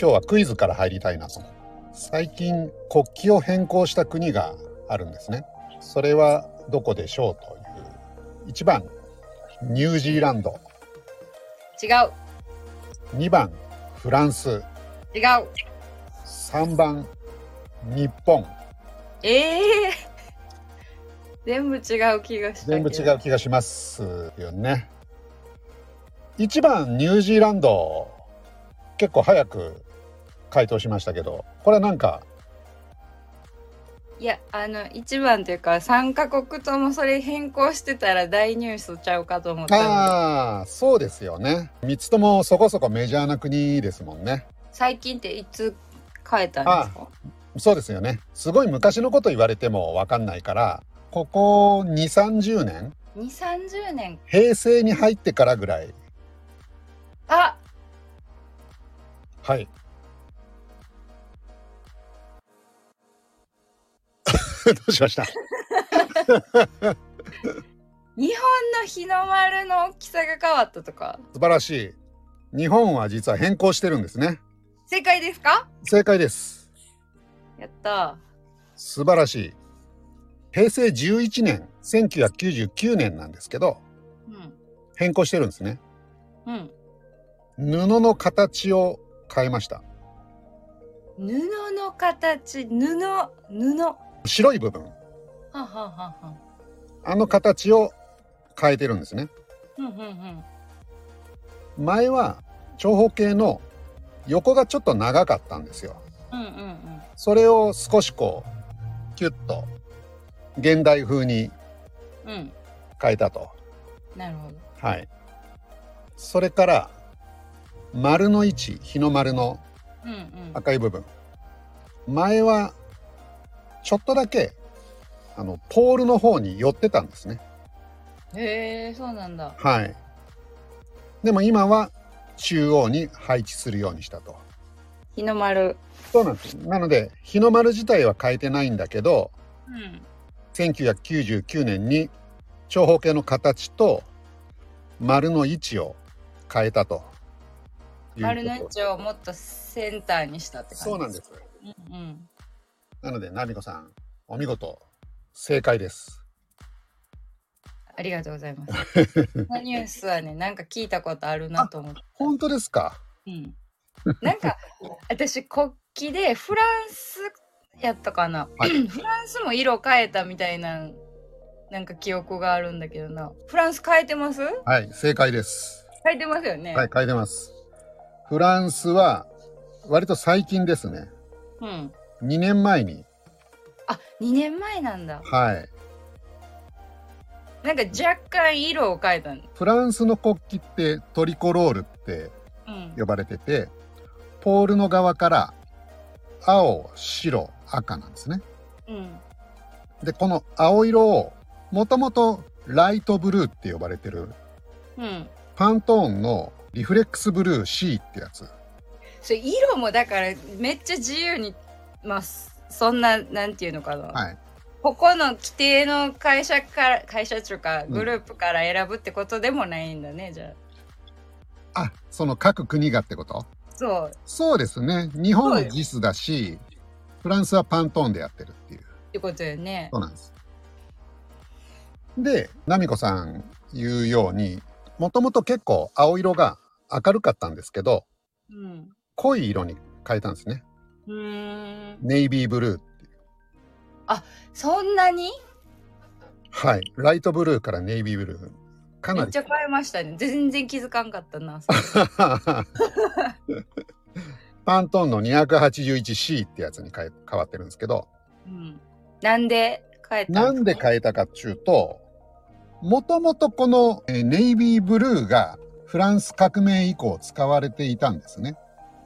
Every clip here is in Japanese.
今日はクイズから入りたいなと。最近国旗を変更した国があるんですね。それはどこでしょうという。1番ニュージーランド。 違う。 2番フランス。 違う。 3番日本。 全部違う気がしたけど。 全部違う気がしますよね。1番ニュージーランド、結構早く回答しましたけど、これはなんか、 いや、1番というか3カ国ともそれ変更してたら大ニュースちゃうかと思ったので。 ああ、そうですよね。3つともそこそこメジャーな国ですもんね。 最近っていつ変えたんですか？ そうですよね。すごい昔のこと言われても分かんないから、ここ2、30年、 2、30年。 平成に入ってからぐらい。 あ、 はい。どうしました？ 日本の日の丸の大きさが変わったとか。 素晴らしい。日本は実は変更してるんですね。 正解ですか？ 正解です。 やった。 素晴らしい。平成11年、1999年なんですけど、変更してるんですね。布の形を変えました。 布の形、 白い部分。あの形を変えてるんですね。前は長方形の横がちょっと長かったんですよ。それを少しこうキュッと現代風に変えたと。 なるほど。 はい。それから丸の位置、日の丸の赤い部分、前はちょっとだけポールの方に寄ってたんですね。 へえ、そうなんだ。 はい。でも今は中央に配置するようにしたと。 日の丸。 そうなんです。なので日の丸自体は変えてないんだけど、1999年に長方形の形と丸の位置を変えたと。 丸の位置をもっとセンターにしたって感じ。 そうなんです。なのでナミコさん、お見事正解です。 ありがとうございます。このニュースはね、なんか聞いたことあるなと思って。 本当ですか？ なんか私国旗でフランスやったかな、フランスも色変えたみたいな、なんか記憶があるんだけどな。フランス変えてます？ はい、正解です。 変えてますよね。 はい、変えてます。フランスは割と最近ですね。2年前に。 あ、2年前なんだ。 はい。 なんか若干色を変えたん。 フランスの国旗ってトリコロールって呼ばれてて、ポールの側から青、白、赤なんですね。で、この青色をもともとライトブルーって呼ばれてる、パントーンのリフレックスブルー C ってやつ。 それ色もだからめっちゃ自由に、まあそんななんていうのかな。はい。ここの規定の会社っていうかグループから選ぶってことでもないんだね、じゃあ。あ、その各国がってこと？そうですね。日本は JIS だし、フランスはパントーンでやってるっていう。 ってことよね。 そうなんです。で、ナミコさん言うように、もともと結構青色が明るかったんですけど、濃い色に変えたんですね。ネイビーブルーっていう。 あ、そんなに？ はい。ライトブルーからネイビーブルー。かなり。 めっちゃ変えましたね。全然気づかんかったな。 パントーンの 281C ってやつに変わってるんですけど、 なんで変えたんですか？ なんで変えたかっていうと、もともとこのネイビーブルーがフランス革命以降使われていたんですね。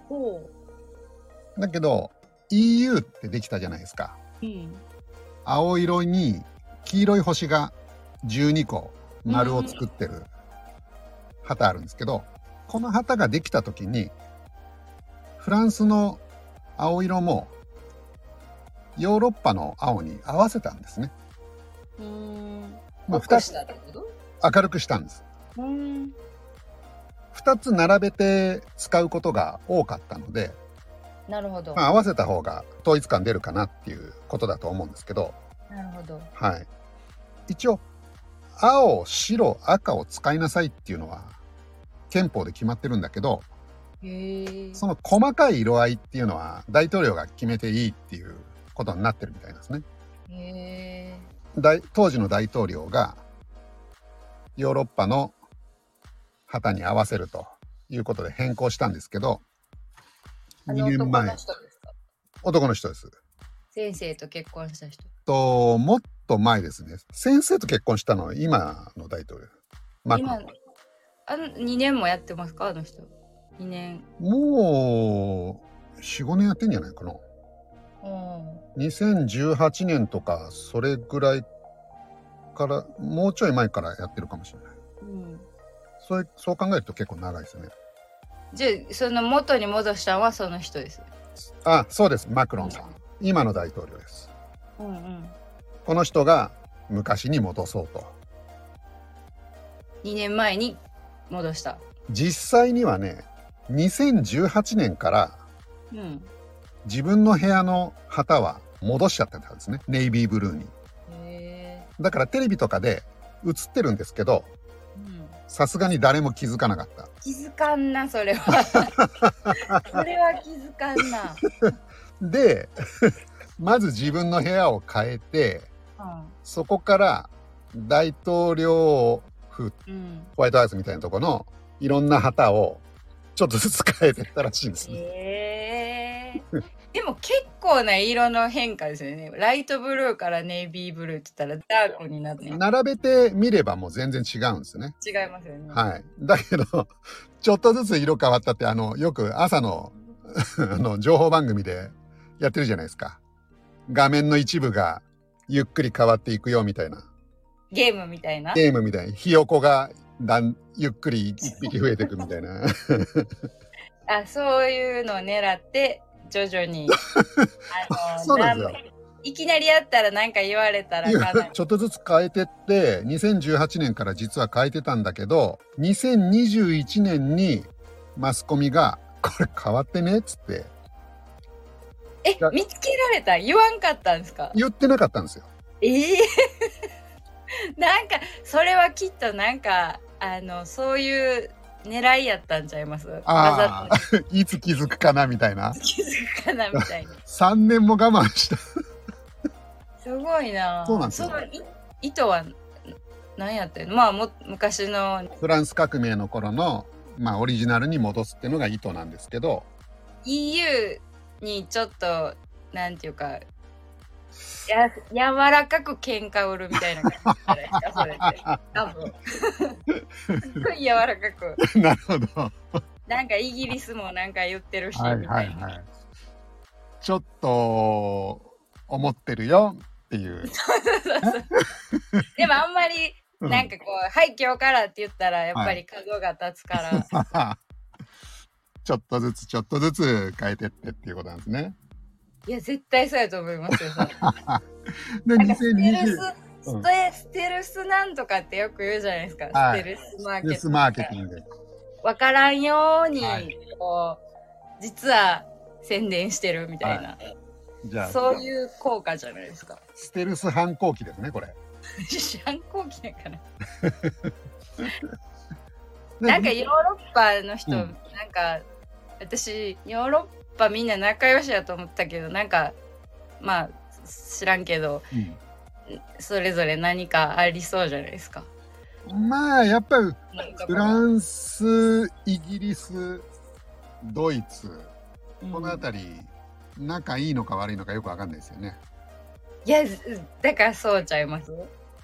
だけど EU ってできたじゃないですか。青色に黄色い星が12個丸を作ってる旗あるんですけど、この旗ができた時にフランスの青色もヨーロッパの青に合わせたんですね。2つ明るくしたんです。2つ並べて使うことが多かったので、 なるほど。 合わせた方が統一感出るかなっていうことだと思うんですけど。 なるほど。 はい。一応青、白、赤を使いなさいっていうのは憲法で決まってるんだけど、その細かい色合いっていうのは大統領が決めていいっていうことになってるみたいですね。当時の大統領がヨーロッパの旗に合わせるということで変更したんですけど、2年前。男の人です。 先生と結婚した人もっと前ですね。先生と結婚したのは今の大統領。 今2年もやってますか、あの人。2年。 もう4、5年やってんじゃないかな。2018年とかそれぐらいから、もうちょい前からやってるかもしれない。そう考えると結構長いですね。 じゃあその元に戻したのはその人です。 そうです。マクロンさん、今の大統領です。この人が昔に戻そうと。 2年前に戻した。 実際にはね、2018年から、自分の部屋の旗は戻しちゃってたんですね。ネイビーブルーに。だからテレビとかで映ってるんですけど、さすがに誰も気づかなかった。 気づかんな、それは。それは気づかんな。 で、まず自分の部屋を変えて、そこから大統領府、ホワイトハウスみたいなところのいろんな旗をちょっとずつ変えてったらしいんですね。 でも結構な色の変化ですよね。ライトブルーからネイビーブルーって言ったらダークになって。 並べてみればもう全然違うんですね。 違いますよね。 はい。だけど、ちょっとずつ色変わったって、よく朝の情報番組でやってるじゃないですか。画面の一部がゆっくり変わっていくよみたいな。 ゲームみたいな。 ひよこがゆっくり一匹増えていくみたいな。 そういうのを狙って徐々にそうなんですよ。 いきなりやったら何か言われたらちょっとずつ変えてって2018年から実は変えてたんだけど、2021年にマスコミがこれ変わってねっつって。 見つけられた？言わんかったんですか？ 言ってなかったんですよ。 なんかそれはきっとなんかそういう狙いやったんちゃいます？ いつ気づくかなみたいな。 気づくかなみたいな。 3年も我慢した。 すごいな。 そうなんですよ。 その意図は何やってんの？昔のフランス革命の頃のオリジナルに戻すっていうのが意図なんですけど、 EU にちょっとなんていうか柔らかく喧嘩売るみたいな感じじゃないですか、それって多分すっごい柔らかく。 なるほど。 なんかイギリスもなんか言ってるし、みたいな。 ちょっと思ってるよっていう。 でもあんまりなんかこう、はい今日からって言ったらやっぱり角が立つから、 ちょっとずつちょっとずつ変えてってっていうことなんですね。 いや絶対そうやと思いますよ。 でなんかステルスなんとかってよく言うじゃないですか。ステルスマーケティング。分からんようにこう実は宣伝してるみたいな、じゃあそういう効果じゃないですか。 ステルス反抗期ですねこれ。 反抗期だからなんかヨーロッパの人、なんか私ヨーロッパみんな仲良しやと思ったけど、なんか知らんけど、それぞれ何かありそうじゃないですか。 やっぱりフランス、イギリス、ドイツ、この辺り仲いいのか悪いのかよくわかんないですよね。 いやだからそうちゃいます。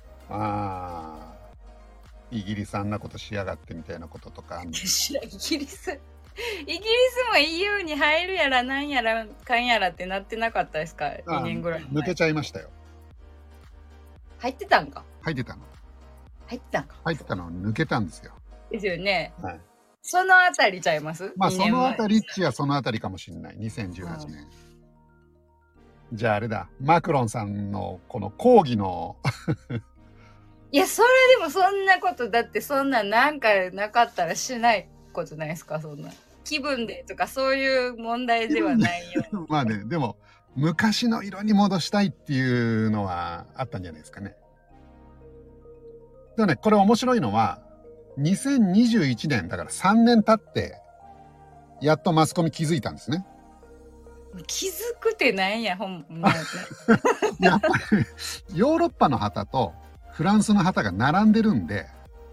イギリスあんなことしやがってみたいなこととか。イギリスも EU に入るやらなんやらかんやらってなってなかったですか？2年ぐらい抜けちゃいましたよ。 入ってたんか？ 入ってたの抜けたんですよ。 ですよね。そのあたりちゃいます？ そのあたりっちゃそのあたりかもしれない。2018年。じゃああれだ、マクロンさんのこの抗議のいやそれでもそんなことだってそんななんかなかったらしないことないですか？そんな気分でとかそういう問題ではないよ。 まあね、でも昔の色に戻したいっていうのはあったんじゃないですかね。でもね、これ面白いのは2021年だから3年経ってやっとマスコミ気づいたんですね。 気づくってなんや、 やっぱりヨーロッパの旗とフランスの旗が並んでるんで。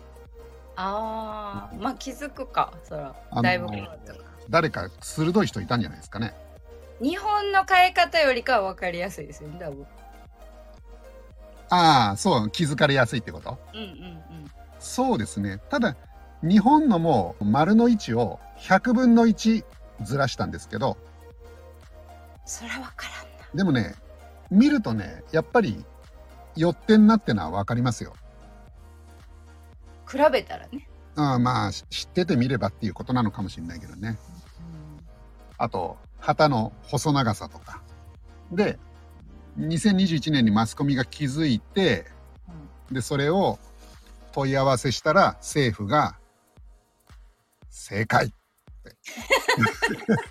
ああ、まあ気づくか、そら。だいぶ変わったか。 誰か鋭い人いたんじゃないですかね。 日本の変え方よりかは分かりやすいですよね、多分。 ああ、そう、気づかれやすいってこと？ うんうんうん。 そうですね。ただ、日本のもう丸の位置を100分の1ずらしたんですけど。 それは分からんな。 でもね、見るとね、やっぱり寄ってんなってのは分かりますよ。 比べたらね。 まあ、知っててみればっていうことなのかもしれないけどね。あと、旗の細長さとか。で、2021年にマスコミが気づいて、で、それを問い合わせしたら政府が正解って